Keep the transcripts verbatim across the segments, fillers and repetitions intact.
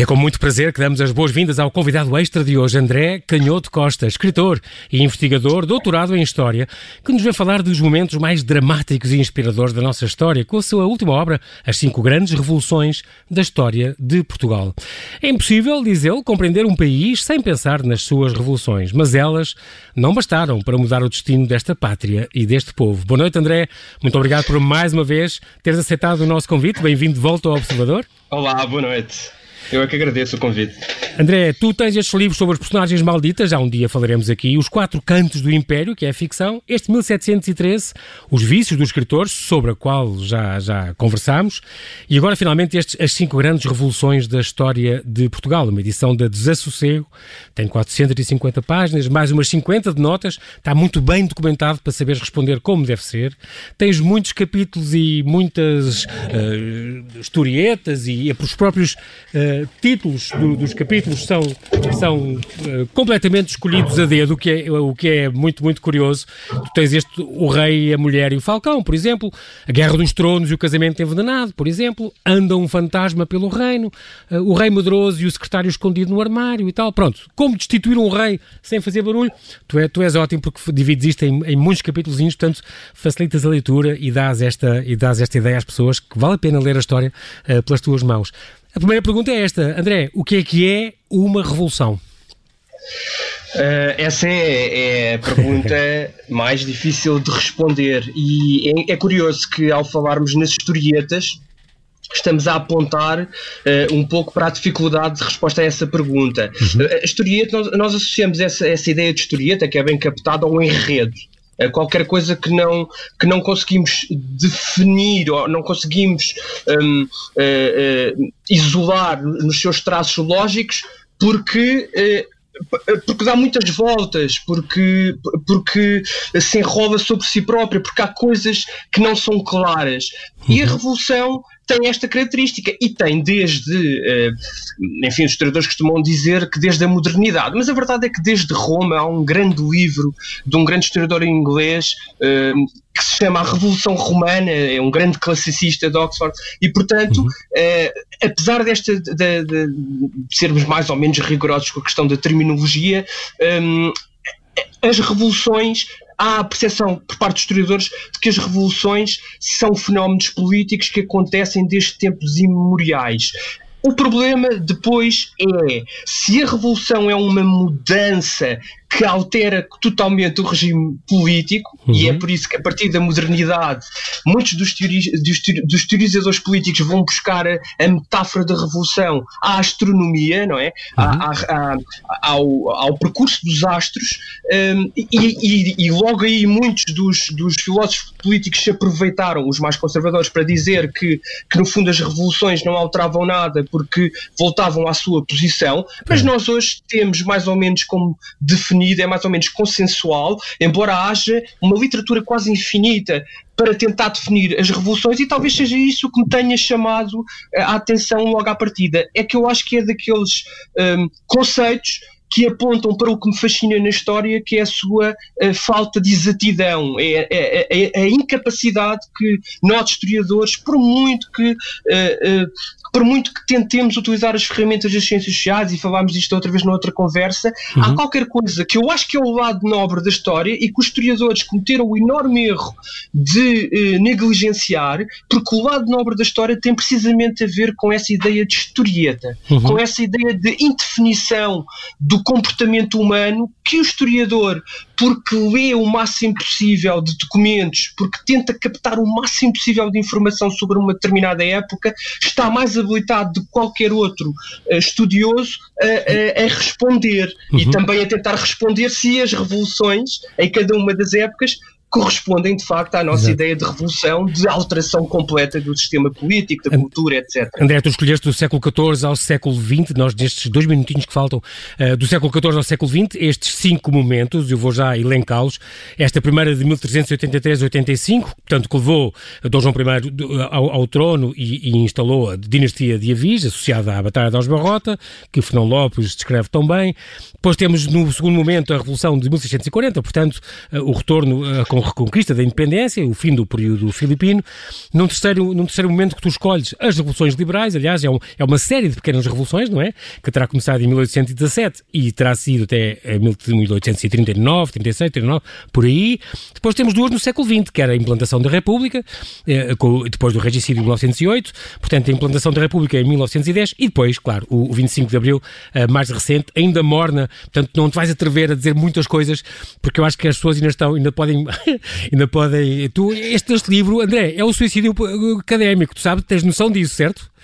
É com muito prazer que damos as boas-vindas ao convidado extra de hoje, André Canhoto Costa, escritor e investigador, doutorado em História, que nos vai falar dos momentos mais dramáticos e inspiradores da nossa história, com a sua última obra, As Cinco Grandes Revoluções da História de Portugal. É impossível, diz ele, compreender um país sem pensar nas suas revoluções, mas elas não bastaram para mudar o destino desta pátria e deste povo. Boa noite, André. Muito obrigado por mais uma vez teres aceitado o nosso convite. Bem-vindo de volta ao Observador. Olá, boa noite. Eu é que agradeço o convite. André, tu tens estes livros sobre os personagens malditas, já um dia falaremos aqui, Os Quatro Cantos do Império, que é a ficção, este mil setecentos e treze, Os Vícios dos Escritores, sobre a qual já, já conversámos, e agora finalmente estes, As Cinco Grandes Revoluções da História de Portugal, uma edição da Desassossego, tem quatrocentas e cinquenta páginas, mais umas cinquenta de notas, está muito bem documentado para saberes responder como deve ser, tens muitos capítulos e muitas uh, historietas e, e os próprios uh, títulos do, dos capítulos são, são uh, completamente escolhidos a dedo, o que, é, o que é muito, muito curioso. Tu tens este, o Rei, a Mulher e o Falcão, por exemplo, a Guerra dos Tronos e o Casamento Envenenado, por exemplo, Anda um Fantasma pelo Reino, uh, o Rei Medroso e o Secretário Escondido no Armário e tal. Pronto, como destituir um rei sem fazer barulho? Tu, é, tu és ótimo porque divides isto em, em muitos capítulos, portanto facilitas a leitura e dás, esta, e dás esta ideia às pessoas que vale a pena ler a história uh, pelas tuas mãos. A primeira pergunta é esta, André, o que é que é uma revolução? Uh, essa é, é a pergunta mais difícil de responder e é, é curioso que ao falarmos nas historietas estamos a apontar uh, um pouco para a dificuldade de resposta a essa pergunta. Uhum. Uh, a historieta, nós, nós associamos essa, essa ideia de historieta, que é bem captada, ao enredo. Qualquer coisa que não, que não conseguimos definir ou não conseguimos um, uh, uh, isolar nos seus traços lógicos porque, uh, porque dá muitas voltas, porque, porque se enrola sobre si própria, porque há coisas que não são claras. E a revolução tem esta característica e tem desde, enfim, os historiadores costumam dizer que desde a modernidade, mas a verdade é que desde Roma há um grande livro de um grande historiador inglês que se chama A Revolução Romana, é um grande classicista de Oxford e, portanto, uhum. eh, apesar desta de, de, de sermos mais ou menos rigorosos com a questão da terminologia, um, as revoluções, há a percepção por parte dos historiadores de que as revoluções são fenómenos políticos que acontecem desde tempos imemoriais. O problema depois é se a revolução é uma mudança que altera totalmente o regime político, uhum. e é por isso que a partir da modernidade muitos dos, teori- dos, teori- dos teorizadores políticos vão buscar a, a metáfora da revolução à astronomia, não é? Uhum. À, à, à, ao, ao percurso dos astros, um, e, e, e logo aí muitos dos, dos filósofos políticos se aproveitaram, os mais conservadores, para dizer que, que no fundo as revoluções não alteravam nada porque voltavam à sua posição, mas uhum. nós hoje temos mais ou menos como definido, é mais ou menos consensual, embora haja uma literatura quase infinita para tentar definir as revoluções, e talvez seja isso que me tenha chamado a atenção logo à partida. É que eu acho que é daqueles um, conceitos que apontam para o que me fascina na história, que é a sua uh, falta de exatidão, é, é, é, é a incapacidade que nós historiadores, por muito que uh, uh, por muito que tentemos utilizar as ferramentas das ciências sociais, e falámos disto outra vez na outra conversa, uhum. há qualquer coisa que eu acho que é o lado nobre da história e que os historiadores cometeram o enorme erro de eh, negligenciar, porque o lado nobre da história tem precisamente a ver com essa ideia de historieta, uhum. com essa ideia de indefinição do comportamento humano que o historiador, porque lê o máximo possível de documentos, porque tenta captar o máximo possível de informação sobre uma determinada época, está mais habilitado do que qualquer outro uh, estudioso a, a, a responder uhum. e também a tentar responder se as revoluções em cada uma das épocas correspondem de facto à nossa Exato. Ideia de revolução, de alteração completa do sistema político, da cultura, etcétera. André, tu escolheste do século catorze ao século vinte, nós nestes dois minutinhos que faltam, uh, do século catorze ao século vinte, estes cinco momentos, eu vou já elencá-los. Esta primeira de mil trezentos e oitenta e três a oitenta e cinco, portanto que levou Dom João I ao, ao trono e, e instalou a dinastia de Avis, associada à Batalha de Aljubarrota, que Fernão Lopes descreve tão bem. Depois temos no segundo momento a Revolução de mil seiscentos e quarenta, portanto uh, o retorno uh, com reconquista da independência, o fim do período filipino. Num terceiro, num terceiro momento que tu escolhes as revoluções liberais, aliás, é, um, é uma série de pequenas revoluções, não é? Que terá começado em mil oitocentos e dezassete e terá sido até mil oitocentos e trinta e nove, trinta e seis, trinta e nove, por aí. Depois temos duas no século vinte, que era a implantação da República, eh, com, depois do regicídio de mil novecentos e oito, portanto a implantação da República em mil novecentos e dez e depois, claro, o, o vinte e cinco de Abril, eh, mais recente, ainda morna, portanto não te vais atrever a dizer muitas coisas, porque eu acho que as pessoas ainda estão, ainda podem, ainda podem, tu, este, este livro, André, é o suicídio académico, tu sabes, tens noção disso, certo?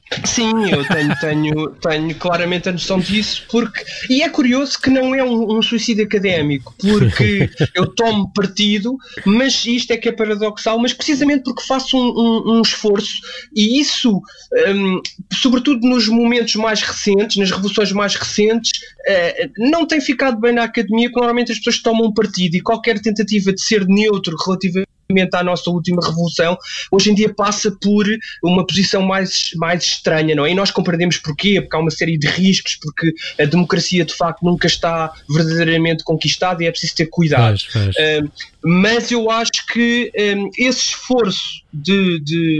Sim, eu tenho, tenho, tenho claramente a noção disso, porque, e é curioso que não é um, um suicídio académico, porque eu tomo partido, mas isto é que é paradoxal, mas precisamente porque faço um, um, um esforço, e isso, um, sobretudo nos momentos mais recentes, nas revoluções mais recentes, uh, não tem ficado bem na academia, porque normalmente as pessoas tomam partido, e qualquer tentativa de ser neutro relativamente à nossa última revolução, hoje em dia passa por uma posição mais, mais estranha, não é? E nós compreendemos porquê, porque há uma série de riscos, porque a democracia de facto nunca está verdadeiramente conquistada e é preciso ter cuidado. Faz, faz. Uh, mas eu acho que um, esse esforço de, de,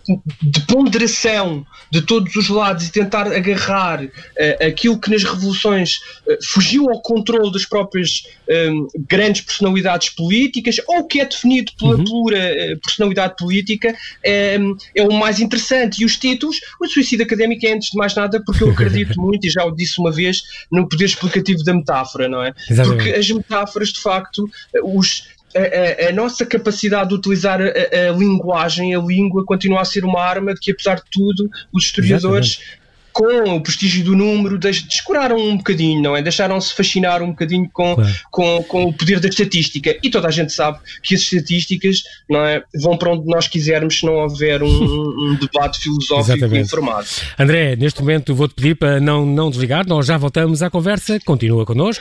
de ponderação de todos os lados e tentar agarrar uh, aquilo que nas revoluções uh, fugiu ao controle das próprias um, grandes personalidades políticas, ou que é definido pela uhum. pura uh, personalidade política, um, é o mais interessante. E os títulos, o suicídio académico é, antes de mais nada, porque eu acredito muito, e já o disse uma vez, no poder explicativo da metáfora, não é? Exatamente. Porque as metáforas, de facto, uh, os A, a, a nossa capacidade de utilizar a, a, a linguagem, a língua, continua a ser uma arma de que, apesar de tudo, os historiadores, exatamente, com o prestígio do número, descuraram um bocadinho, não é? Deixaram-se fascinar um bocadinho com, claro, com, com o poder da estatística. E toda a gente sabe que as estatísticas, não é, vão para onde nós quisermos se não houver um, um debate filosófico exatamente informado. André, neste momento vou-te pedir para não, não desligar, nós já voltamos à conversa. Continua connosco.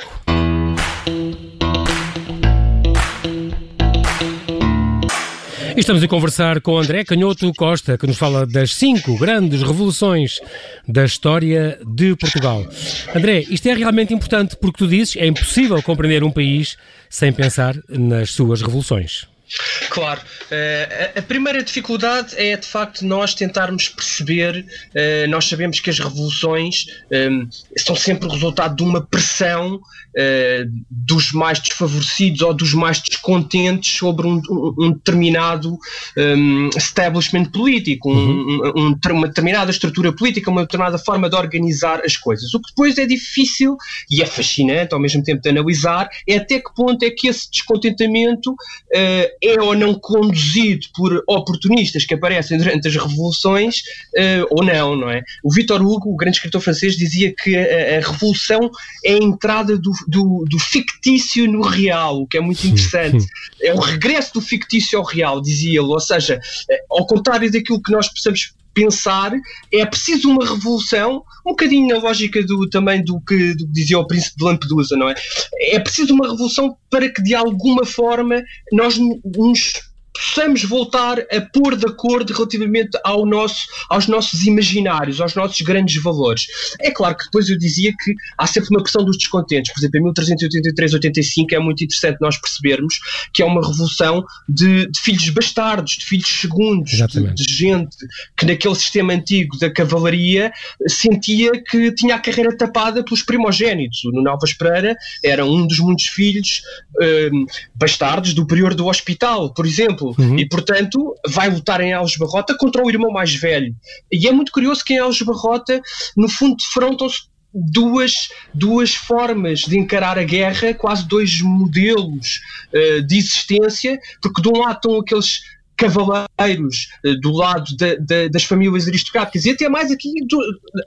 E estamos a conversar com André Canhoto Costa, que nos fala das cinco grandes revoluções da história de Portugal. André, isto é realmente importante porque tu dizes, é impossível compreender um país sem pensar nas suas revoluções. Claro, uh, a primeira dificuldade é de facto nós tentarmos perceber, uh, nós sabemos que as revoluções um, são sempre o resultado de uma pressão uh, dos mais desfavorecidos ou dos mais descontentes sobre um, um, um determinado um, establishment político, um, uhum. um, um, uma determinada estrutura política, uma determinada forma de organizar as coisas. O que depois é difícil e é fascinante ao mesmo tempo de analisar é até que ponto é que esse descontentamento uh, é ou não conduzido por oportunistas que aparecem durante as revoluções uh, ou não, não é? O Victor Hugo, o grande escritor francês, dizia que a, a revolução é a entrada do, do, do fictício no real, o que é muito interessante. É o regresso do fictício ao real, dizia ele, ou seja, ao contrário daquilo que nós possamos pensar, é preciso uma revolução, um bocadinho na lógica do, também do que, do que dizia o príncipe de Lampedusa, não é? É preciso uma revolução para que de alguma forma nós nos possamos voltar a pôr de acordo relativamente ao nosso, aos nossos imaginários, aos nossos grandes valores. É claro que depois eu dizia que há sempre uma pressão dos descontentes. Por exemplo, em mil trezentos e oitenta e três, oitenta e cinco é muito interessante nós percebermos que é uma revolução de, de filhos bastardos, de filhos segundos, de, de gente que naquele sistema antigo da cavalaria sentia que tinha a carreira tapada pelos primogénitos. O Nuno Alves Pereira era um dos muitos filhos um, bastardos do prior do hospital, por exemplo. Uhum. E, portanto, vai lutar em Alves Barrota contra o irmão mais velho. E é muito curioso que em Alves Barrota, no fundo, defrontam-se duas, duas formas de encarar a guerra, quase dois modelos uh, de existência, porque de um lado estão aqueles cavaleiros uh, do lado de, de, das famílias aristocráticas, e até mais aqui do,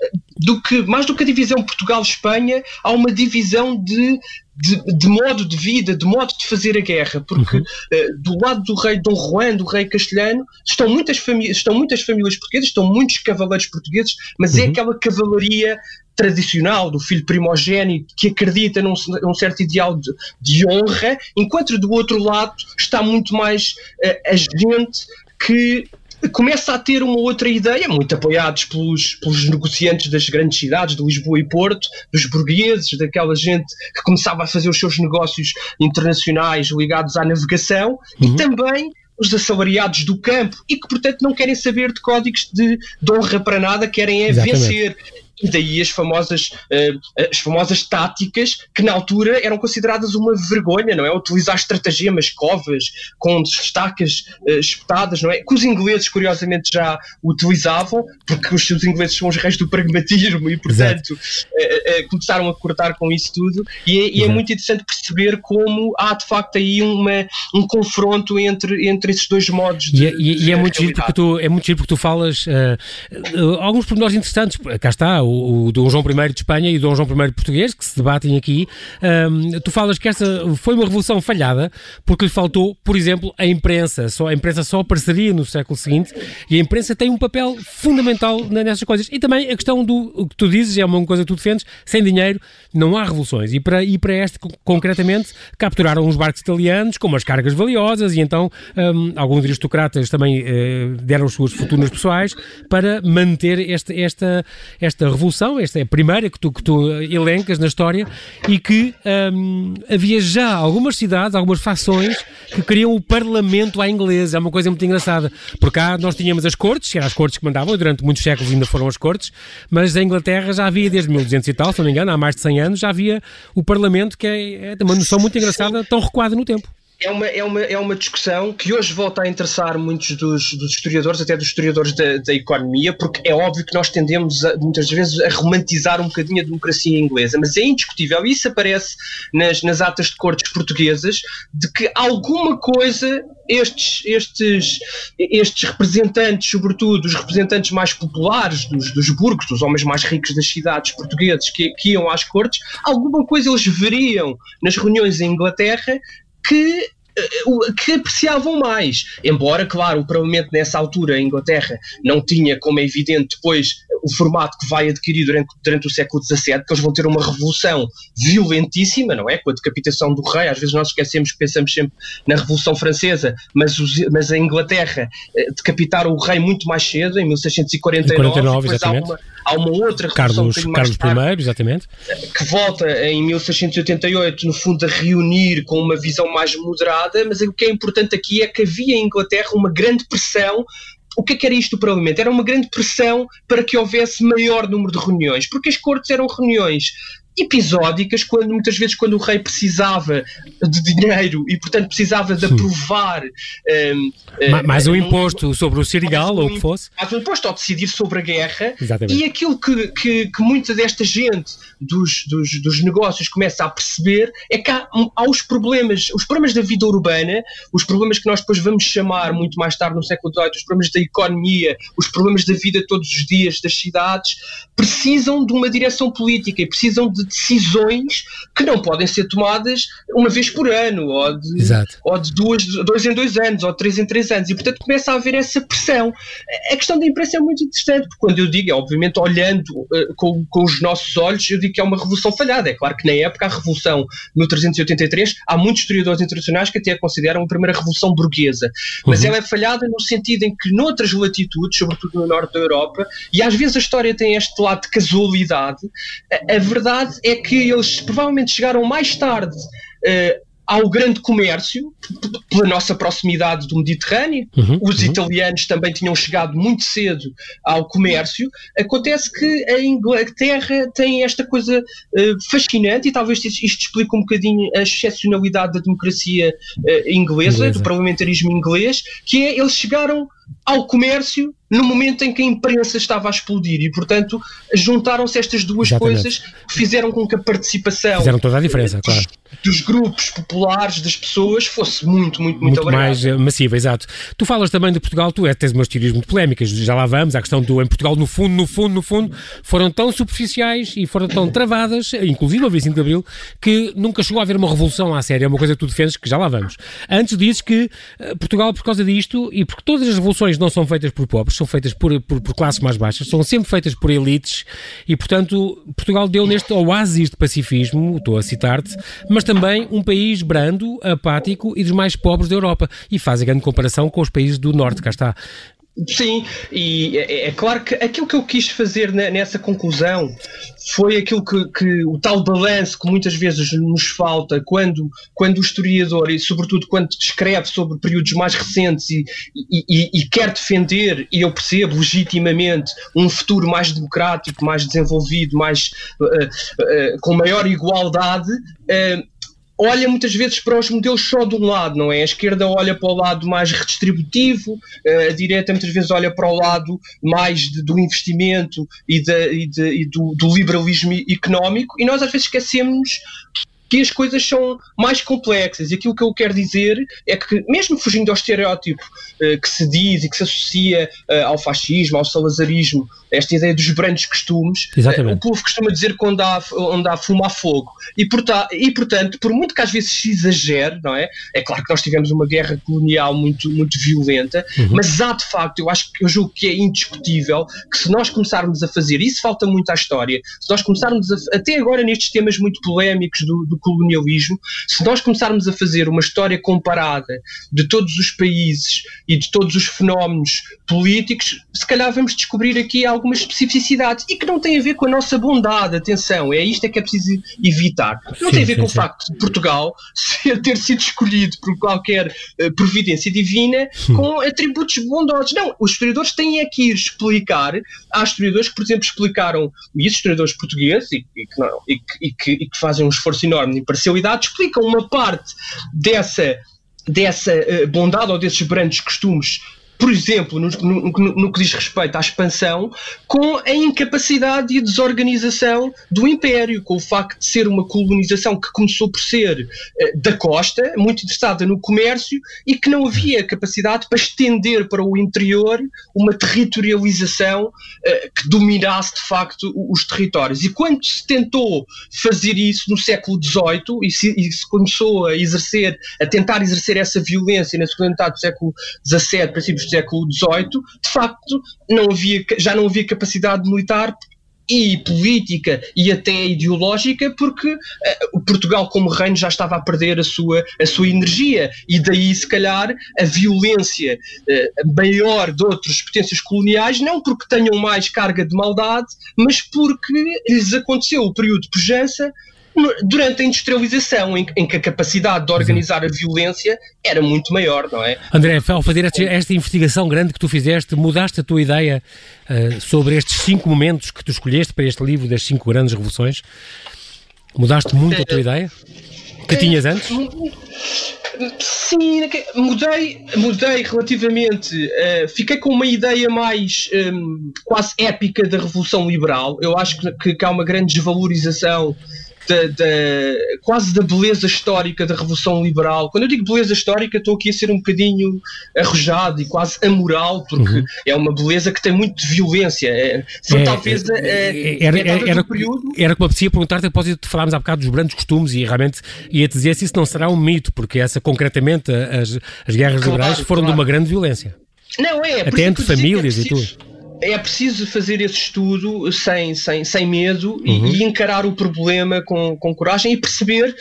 do que, mais do que a divisão Portugal-Espanha, há uma divisão de De, de modo de vida, de modo de fazer a guerra, porque uhum. uh, do lado do rei Dom Juan, do rei castelhano, estão muitas, famí- estão muitas famílias portuguesas, estão muitos cavaleiros portugueses, mas uhum. é aquela cavalaria tradicional do filho primogénito que acredita num, num certo ideal de, de honra, enquanto do outro lado está muito mais uh, a gente que começa a ter uma outra ideia, muito apoiados pelos, pelos negociantes das grandes cidades, de Lisboa e Porto, dos burgueses, daquela gente que começava a fazer os seus negócios internacionais ligados à navegação, uhum. e também os assalariados do campo, e que, portanto, não querem saber de códigos de, de honra para nada, querem é Exatamente. vencer. E daí as famosas, uh, as famosas táticas que na altura eram consideradas uma vergonha, não é? Utilizar estratagemas, covas, com estacas uh, espetadas, não é? Que os ingleses, curiosamente, já utilizavam, porque os, os ingleses são os reis do pragmatismo e, portanto, uh, uh, começaram a cortar com isso tudo. E, é, e é muito interessante perceber como há, de facto, aí uma, um confronto entre, entre esses dois modos de, e, é, e, de e é muito giro porque tu, é muito giro porque tu falas uh, uh, alguns pormenores interessantes. Cá está, o, o Dom João I de Espanha e o Dom João I português, que se debatem aqui. Um, tu falas que esta foi uma revolução falhada porque lhe faltou, por exemplo, a imprensa. Só, a imprensa só apareceria no século seguinte e a imprensa tem um papel fundamental nessas coisas. E também a questão do o que tu dizes, é uma coisa que tu defendes, sem dinheiro não há revoluções. E para, e para este, concretamente, capturaram uns barcos italianos com umas cargas valiosas e então um, alguns aristocratas também uh, deram as suas fortunas pessoais para manter esta, esta, esta revolução. Esta é a primeira que tu, que tu elencas na história e que um, havia já algumas cidades, algumas fações que queriam o parlamento à inglesa. É uma coisa muito engraçada. Por cá nós tínhamos as cortes, que eram as cortes que mandavam, durante muitos séculos ainda foram as cortes, mas em Inglaterra já havia desde mil e duzentos e tal, se não me engano, há mais de cem anos, já havia o parlamento, que é, é uma noção muito engraçada, tão recuada no tempo. É uma, é, uma, é uma discussão que hoje volta a interessar muitos dos, dos historiadores, até dos historiadores da, da economia, porque é óbvio que nós tendemos a, muitas vezes a romantizar um bocadinho a democracia inglesa, mas é indiscutível, e isso aparece nas, nas atas de cortes portuguesas, de que alguma coisa estes, estes, estes representantes, sobretudo os representantes mais populares dos, dos burgos, dos homens mais ricos das cidades portugueses que, que iam às cortes, alguma coisa eles veriam nas reuniões em Inglaterra que, que apreciavam mais. Embora, claro, o Parlamento nessa altura em Inglaterra não tinha, como é evidente, depois o formato que vai adquirir durante, durante o século dezassete, que eles vão ter uma revolução violentíssima, não é? Com a decapitação do rei. Às vezes nós esquecemos que pensamos sempre na Revolução Francesa, mas, os, mas a Inglaterra decapitaram o rei muito mais cedo, em mil seiscentos e quarenta e nove, quarenta e nove depois há uma, há uma outra revolução Carlos, um Carlos tarde, I, exatamente, que volta em mil seiscentos e oitenta e oito, no fundo, a reunir com uma visão mais moderada, mas o que é importante aqui é que havia em Inglaterra uma grande pressão. O que é que era isto do Parlamento? Era uma grande pressão para que houvesse maior número de reuniões, porque as cortes eram reuniões episódicas, quando, muitas vezes quando o rei precisava de dinheiro e, portanto, precisava de aprovar... Um, mais um, um imposto sobre o cereal, ou o que fosse. Mais um imposto, ou decidir sobre a guerra. Exatamente. E aquilo que, que, que muita desta gente dos, dos, dos negócios começa a perceber é que há, há os problemas, os problemas da vida urbana, os problemas que nós depois vamos chamar muito mais tarde no século dezoito, os problemas da economia, os problemas da vida todos os dias das cidades, precisam de uma direção política e precisam de decisões que não podem ser tomadas uma vez por ano, ou de, ou de duas, dois em dois anos, ou três em três anos, e portanto começa a haver essa pressão. A questão da imprensa é muito interessante, porque quando eu digo, é obviamente olhando uh, com, com os nossos olhos, eu digo que é uma revolução falhada. É claro que na época a revolução mil trezentos e oitenta e três, há muitos historiadores internacionais que até a consideram a primeira revolução burguesa, mas uhum. ela é falhada no sentido em que noutras latitudes, sobretudo no norte da Europa, e às vezes a história tem este lado de casualidade, a, a verdade é que eles provavelmente chegaram mais tarde uh, ao grande comércio, pela nossa proximidade do Mediterrâneo. Uhum, os uhum. italianos também tinham chegado muito cedo ao comércio. Acontece que a Inglaterra tem esta coisa uh, fascinante, e talvez isto explique um bocadinho a excepcionalidade da democracia uh, inglesa, inglesa, do parlamentarismo inglês, que é, eles chegaram ao comércio no momento em que a imprensa estava a explodir, e portanto juntaram-se estas duas Exatamente. coisas que fizeram com que a participação fizeram toda a diferença, dos, claro. dos grupos populares, das pessoas, fosse muito, muito, muito, muito mais uh, massiva, exato. Tu falas também de Portugal, tu é, tens umas teorias muito polémicas, já lá vamos, à questão do em Portugal, no fundo, no fundo, no fundo, foram tão superficiais e foram tão travadas, inclusive a vinte e cinco de Abril, que nunca chegou a haver uma revolução à séria. É uma coisa que tu defendes, que já lá vamos. Antes dizes que uh, Portugal, por causa disto, e porque todas as revoluções não são feitas por pobres, são feitas por, por, por classes mais baixas, são sempre feitas por elites, e portanto Portugal deu neste oásis de pacifismo, estou a citar-te, mas também um país brando, apático e dos mais pobres da Europa, e faz a grande comparação com os países do norte, cá está. Sim, e é, é claro que aquilo que eu quis fazer na, nessa conclusão foi aquilo que, que o tal balanço que muitas vezes nos falta quando, quando o historiador, e sobretudo quando escreve sobre períodos mais recentes e, e, e, e quer defender, e eu percebo legitimamente, um futuro mais democrático, mais desenvolvido, mais, uh, uh, com maior igualdade, uh, olha muitas vezes para os modelos só de um lado, não é? A esquerda olha para o lado mais redistributivo, a direita muitas vezes olha para o lado mais de, do investimento e, de, e, de, e do, do liberalismo económico, e nós às vezes esquecemos que as coisas são mais complexas, e aquilo que eu quero dizer é que, mesmo fugindo ao estereótipo uh, que se diz e que se associa uh, ao fascismo, ao salazarismo, esta ideia dos brancos costumes, uh, o povo costuma dizer que onde há, onde há fumo há fogo, e, porta, e portanto, por muito que às vezes se exagere, não é? É claro que nós tivemos uma guerra colonial muito, muito violenta, uhum. mas há de facto, eu acho que eu julgo que é indiscutível que se nós começarmos a fazer, isso falta muito à história, se nós começarmos a, até agora nestes temas muito polémicos do, do colonialismo, se nós começarmos a fazer uma história comparada de todos os países e de todos os fenómenos políticos, se calhar vamos descobrir aqui algumas especificidades e que não têm a ver com a nossa bondade, atenção, é isto é que é preciso evitar. Não sim, tem a ver sim, com sim. o facto de Portugal ter sido escolhido por qualquer uh, providência divina sim. com atributos bondosos. Não, os historiadores têm é que ir explicar. Há historiadores que, por exemplo, explicaram, e esses historiadores portugueses, e, e, que, não, e, que, e, que, e que fazem um esforço enorme de imparcialidade, explicam uma parte dessa, dessa uh, bondade ou desses brancos costumes, por exemplo, no, no, no, no que diz respeito à expansão, com a incapacidade e a desorganização do Império, com o facto de ser uma colonização que começou por ser uh, da costa, muito interessada no comércio, e que não havia capacidade para estender para o interior uma territorialização uh, que dominasse de facto os territórios. E quando se tentou fazer isso no século dezoito, e se, e se começou a exercer, a tentar exercer essa violência na segunda metade do século dezassete, princípios do século dezoito, de facto não havia, já não havia capacidade militar e política e até ideológica, porque uh, Portugal como reino já estava a perder a sua, a sua energia, e daí se calhar a violência uh, maior de outras potências coloniais, não porque tenham mais carga de maldade, mas porque lhes aconteceu o período de pujança durante a industrialização, em, em que a capacidade de organizar a violência era muito maior, não é? André, ao fazer esta, esta investigação grande que tu fizeste, mudaste a tua ideia uh, sobre estes cinco momentos que tu escolheste para este livro das cinco grandes revoluções? Mudaste muito a tua ideia? Que tinhas antes? Sim, mudei, mudei relativamente, uh, fiquei com uma ideia mais um, quase épica da Revolução Liberal. Eu acho que, que há uma grande desvalorização Da, da, quase da beleza histórica da Revolução Liberal. Quando eu digo beleza histórica, estou aqui a ser um bocadinho arrojado e quase amoral, porque uhum. é uma beleza que tem muito de violência. É, foi é, talvez, é, é, era, é, talvez era, um período... era que me apetecia perguntar-te a propósito de falarmos há bocado dos brancos costumes, e realmente ia-te dizer se isso não será um mito, porque essa concretamente as, as guerras claro, liberais foram claro. de uma grande violência. Não é, até entre famílias é e tudo. É preciso fazer esse estudo sem, sem, sem medo uhum. e, e encarar o problema com, com coragem e perceber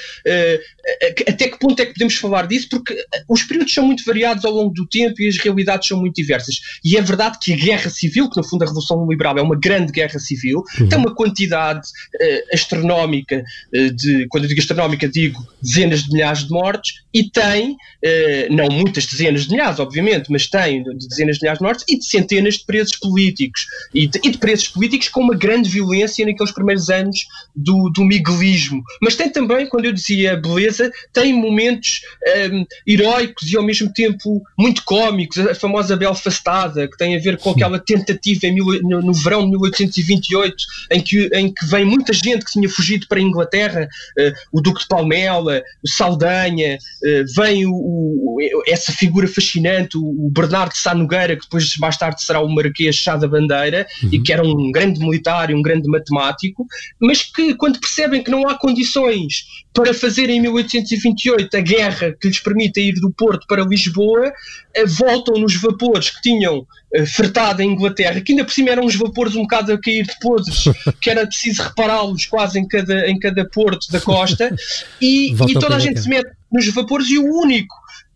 uh, até que ponto é que podemos falar disso, porque os períodos são muito variados ao longo do tempo e as realidades são muito diversas. E é verdade que a guerra civil, que no fundo a Revolução Liberal é uma grande guerra civil, uhum. tem uma quantidade uh, astronómica, uh, de, quando eu digo astronómica digo dezenas de milhares de mortes, e tem, uh, não muitas dezenas de milhares obviamente, mas tem dezenas de milhares de mortes e de centenas de presos políticos. políticos e de, e de presos políticos com uma grande violência naqueles primeiros anos do, do miguelismo. Mas tem também, quando eu dizia beleza, tem momentos um, heroicos e ao mesmo tempo muito cómicos. A famosa Belfastada, que tem a ver com aquela tentativa em mil, no, no verão de mil oitocentos e vinte e oito, em que, em que vem muita gente que tinha fugido para a Inglaterra, uh, o Duque de Palmela, o Saldanha, uh, vem o, o, essa figura fascinante, o, o Bernardo de Sá Nogueira, que depois mais tarde será o Marquês de Chá da Bandeira, uhum. e que era um grande militar e um grande matemático, mas que quando percebem que não há condições para fazer em mil oitocentos e vinte e oito a guerra que lhes permita ir do Porto para Lisboa, voltam nos vapores que tinham fertado a Inglaterra, que ainda por cima eram uns vapores um bocado a cair de podres, que era preciso repará-los quase em cada, em cada porto da costa, e, e toda a gente se mete nos vapores, e o único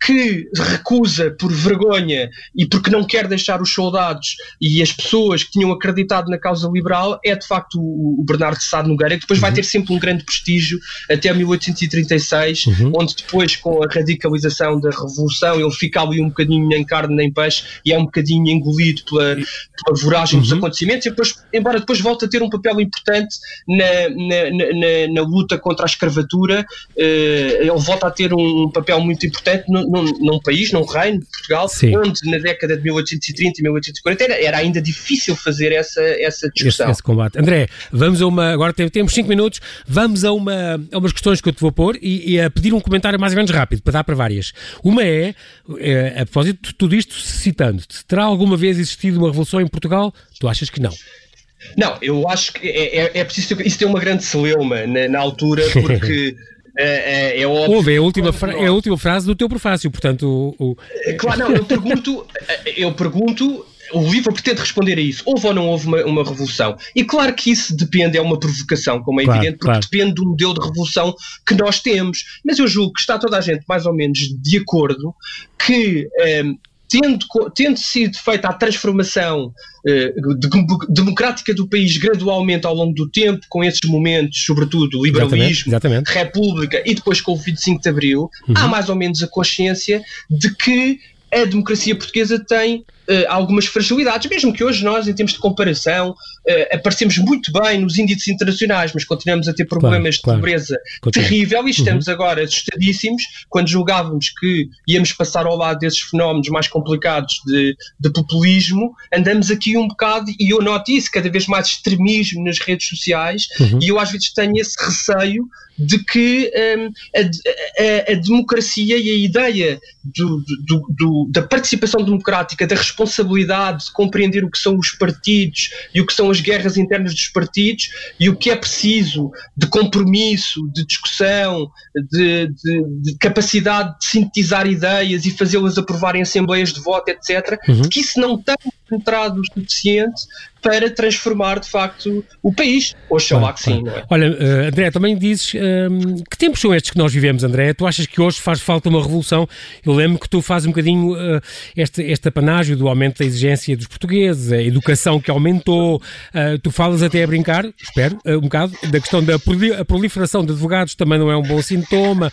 que recusa por vergonha e porque não quer deixar os soldados e as pessoas que tinham acreditado na causa liberal é de facto o Bernardo de Sá de Nogueira, que depois vai ter sempre um grande prestígio até mil oitocentos e trinta e seis, uhum. onde depois, com a radicalização da Revolução, ele fica ali um bocadinho nem carne nem peixe e é um bocadinho engolido pela, pela voragem uhum. dos acontecimentos, e depois, embora depois volte a ter um papel importante na, na, na, na luta contra a escravatura, eh, ele volta a ter um papel muito importante num, num, num país, num reino, Portugal, Sim. onde na década de mil oitocentos e trinta e mil oitocentos e quarenta era, era ainda difícil fazer essa, essa discussão. Esse, esse combate. André, vamos a uma, agora temos cinco minutos, vamos a, uma, a umas questões que eu te vou pôr e, e a pedir um comentário mais ou menos rápido, para dar para várias. Uma é, é a propósito de tudo isto, citando-te, terá alguma vez existido uma revolução em Portugal? Tu achas que não? Não, eu acho que é, é, é preciso ter, isso tem uma grande celeuma na, na altura, porque é, é, é óbvio. Houve, é a, última fra- é a última frase do teu prefácio, portanto. O, o... Claro, não, eu pergunto, eu pergunto. O livro pretende responder a isso. Houve ou não houve uma, uma revolução? E claro que isso depende, é uma provocação, como é claro, evidente, porque claro. depende do modelo de revolução que nós temos. Mas eu julgo que está toda a gente mais ou menos de acordo que, um, tendo, tendo sido feita a transformação uh, de, democrática do país gradualmente ao longo do tempo, com esses momentos, sobretudo, liberalismo, exatamente, exatamente. república e depois com o vinte e cinco de Abril, uhum. há mais ou menos a consciência de que a democracia portuguesa tem uh, algumas fragilidades, mesmo que hoje nós, em termos de comparação, uh, aparecemos muito bem nos índices internacionais, mas continuamos a ter problemas claro, de pobreza claro. terrível e estamos uhum. agora assustadíssimos quando julgávamos que íamos passar ao lado desses fenómenos mais complicados de, de populismo, andamos aqui um bocado, e eu noto isso, cada vez mais extremismo nas redes sociais, uhum. e eu às vezes tenho esse receio de que um, a, a, a democracia e a ideia do, do, do, da participação democrática, da responsabilidade de compreender o que são os partidos e o que são as guerras internas dos partidos e o que é preciso de compromisso, de discussão, de, de, de capacidade de sintetizar ideias e fazê-las aprovar em assembleias de voto, etcétera, uhum. que isso não tem penetrado o suficiente para transformar, de facto, o país. Oxalá que sim, não é? Olha, uh, André, também dizes, uh, que tempos são estes que nós vivemos, André? Tu achas que hoje faz falta uma revolução? Eu lembro que tu fazes um bocadinho uh, este, este apanágio do aumento da exigência dos portugueses, a educação que aumentou, uh, tu falas até a brincar, espero, uh, um bocado, da questão da proli- a proliferação de advogados também não é um bom sintoma.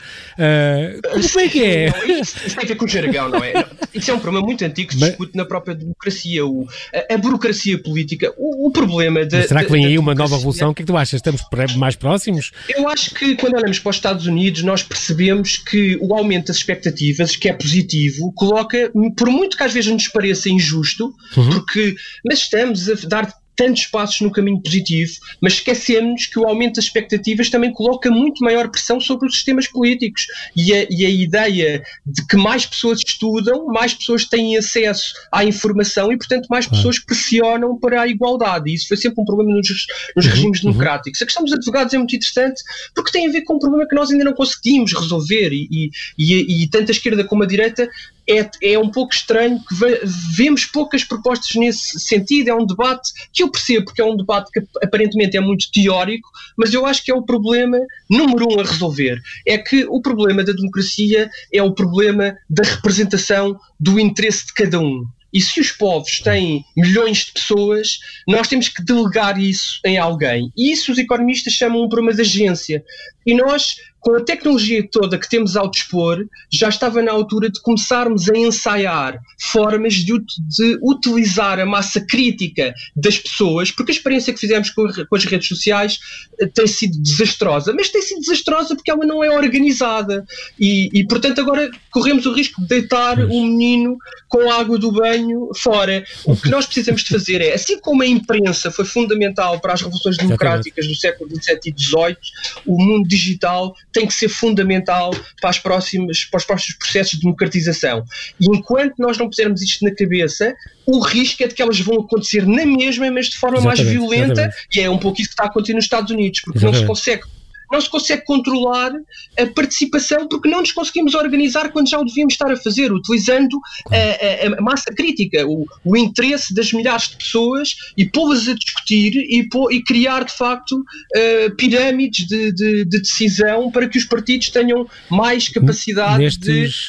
Uh, como é que é? Não, isso, isso tem a ver com o jargão, não é? Isso é um problema muito antigo que se discute na própria democracia. O, a, a burocracia política. O, o problema da. Será que vem aí uma nova revolução? O que é que tu achas? Estamos mais próximos? Eu acho que quando olhamos para os Estados Unidos, nós percebemos que o aumento das expectativas, que é positivo, coloca, por muito que às vezes nos pareça injusto, uhum. porque mas estamos a dar tantos passos no caminho positivo, mas esquecemos que o aumento das expectativas também coloca muito maior pressão sobre os sistemas políticos e a, e a ideia de que mais pessoas estudam, mais pessoas têm acesso à informação e, portanto, mais claro. pessoas pressionam para a igualdade, e isso foi sempre um problema nos, nos uhum, regimes uhum. democráticos. A questão dos advogados é muito interessante porque tem a ver com um problema que nós ainda não conseguimos resolver e, e, e, e tanto a esquerda como a direita É, é um pouco estranho que ve, vemos poucas propostas nesse sentido. É um debate que eu percebo, porque é um debate que aparentemente é muito teórico, mas eu acho que é o problema número um a resolver. É que o problema da democracia é o problema da representação do interesse de cada um. E se os povos têm milhões de pessoas, nós temos que delegar isso em alguém. E isso os economistas chamam um problema de agência. E nós, com a tecnologia toda que temos ao dispor, já estava na altura de começarmos a ensaiar formas de, de utilizar a massa crítica das pessoas, porque a experiência que fizemos com, com as redes sociais tem sido desastrosa, mas tem sido desastrosa porque ela não é organizada e, e portanto agora corremos o risco de deitar o um menino com a água do banho fora. O que nós precisamos de fazer é, assim como a imprensa foi fundamental para as revoluções democráticas do século dezassete e dezoito, o mundo digital tem que ser fundamental para, as próximas, para os próximos processos de democratização. E enquanto nós não pusermos isto na cabeça, o risco é de que elas vão acontecer na mesma, mas de forma exatamente, mais violenta, exatamente. E é um pouco isso que está a acontecer nos Estados Unidos, porque exatamente. não se consegue não se consegue controlar a participação porque não nos conseguimos organizar quando já o devíamos estar a fazer, utilizando a, a, a massa crítica, o, o interesse das milhares de pessoas e pô-las a discutir e, pô, e criar de facto uh, pirâmides de, de, de decisão para que os partidos tenham mais capacidade Nestes... de...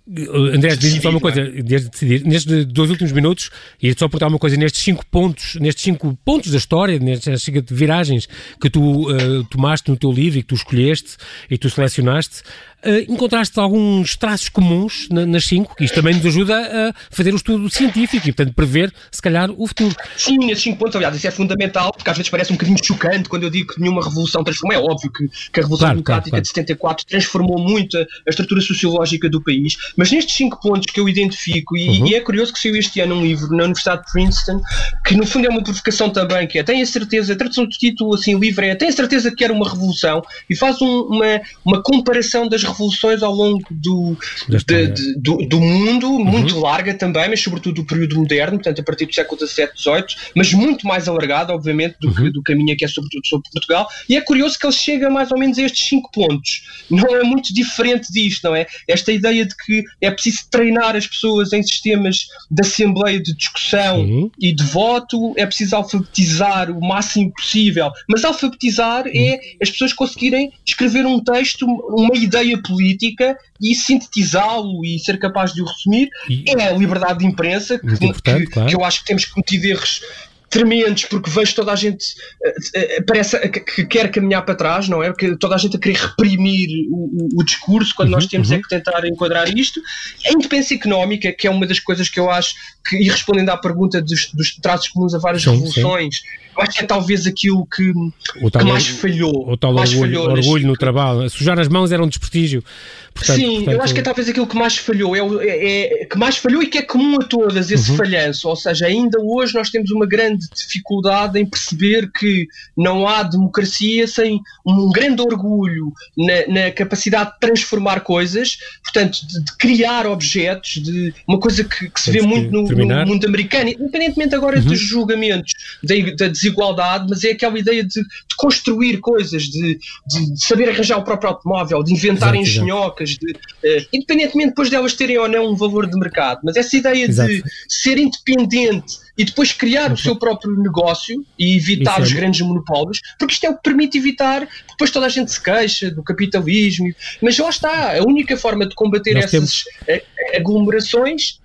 André, diz-me só uma coisa, desde decidir, nestes dois últimos minutos, e só perguntar uma coisa, nestes cinco pontos, nestes cinco pontos da história, nestas cinco viragens que tu uh, tomaste no teu livro e que tu escolheste e que tu selecionaste, uh, encontraste alguns traços comuns na, nas cinco, que isto também nos ajuda a fazer o estudo científico e, portanto, prever, se calhar, o futuro. Sim, nesses cinco pontos, aliás, isso é fundamental, porque às vezes parece um bocadinho chocante quando eu digo que nenhuma revolução transformou. É óbvio que, que a Revolução claro, Democrática claro, claro. de setenta e quatro transformou muito a, a estrutura sociológica do país, mas nestes cinco pontos que eu identifico, e, uhum. e é curioso que saiu este ano um livro na Universidade de Princeton, que no fundo é uma provocação também, que é, tem a certeza, a tradução do título assim, livre é, tem a certeza que era uma revolução, e faz um, uma, uma comparação das revoluções ao longo do, de, de, do, do mundo, uhum. muito larga também, mas sobretudo do período moderno, portanto a partir do século dezassete, dezoito, mas muito mais alargada, obviamente, do, uhum. que, do caminho que é sobretudo sobre Portugal, e é curioso que ele chega mais ou menos a estes cinco pontos. Não é muito diferente disto, não é? Esta ideia de que é preciso treinar as pessoas em sistemas de assembleia, de discussão uhum. e de voto, é preciso alfabetizar o máximo possível, mas alfabetizar uhum. é as pessoas conseguirem escrever um texto, uma ideia política e sintetizá-lo e ser capaz de o resumir. E é a liberdade de imprensa, que, que, claro. que eu acho que temos que cometer erros tremendos, porque vejo toda a gente uh, uh, parece uh, que quer caminhar para trás, não é? Porque toda a gente a querer reprimir o, o, o discurso, quando uhum, nós temos uhum. é que tentar enquadrar isto. A independência económica, que é uma das coisas que eu acho que, e respondendo à pergunta dos, dos traços comuns a várias sim, revoluções, sim. eu acho que é talvez aquilo que, que mais falhou. O tal mais orgulho, falhou orgulho neste... no trabalho. Sujar as mãos era um desprestígio. Portanto, Sim, portanto... eu acho que é talvez aquilo que mais falhou, é, é, é que mais falhou e que é comum a todas, esse uhum. falhanço. Ou seja, ainda hoje nós temos uma grande dificuldade em perceber que não há democracia sem um grande orgulho na, na capacidade de transformar coisas, portanto, de, de criar objetos, de uma coisa que, que se vê muito no, no mundo americano, independentemente agora uhum. dos julgamentos da, da desigualdade, mas é aquela ideia de, de construir coisas, de, de saber arranjar o próprio automóvel, de inventar exato, engenhocas, de, uh, independentemente depois delas terem ou não um valor de mercado, mas essa ideia exato. de ser independente e depois criar o seu próprio negócio e evitar os grandes monopólios, porque isto é o que permite evitar, depois toda a gente se queixa do capitalismo, mas lá está, a única forma de combater Nós essas temos... aglomerações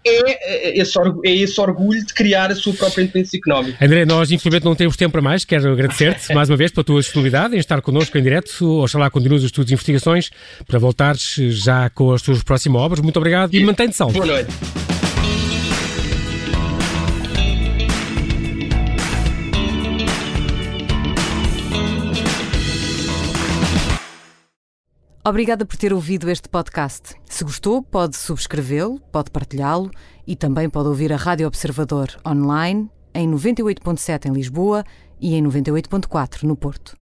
é esse, orgulho, é esse orgulho de criar a sua própria independência económica. André, nós infelizmente não temos tempo para mais, quero agradecer-te mais uma vez pela tua disponibilidade em estar connosco em direto, oxalá continues os estudos e investigações para voltares já com as tuas próximas obras. Muito obrigado e, e mantém-te salvo. Boa noite. Obrigada por ter ouvido este podcast. Se gostou, pode subscrevê-lo, pode partilhá-lo e também pode ouvir a Rádio Observador online em noventa e oito ponto sete em Lisboa e em noventa e oito ponto quatro no Porto.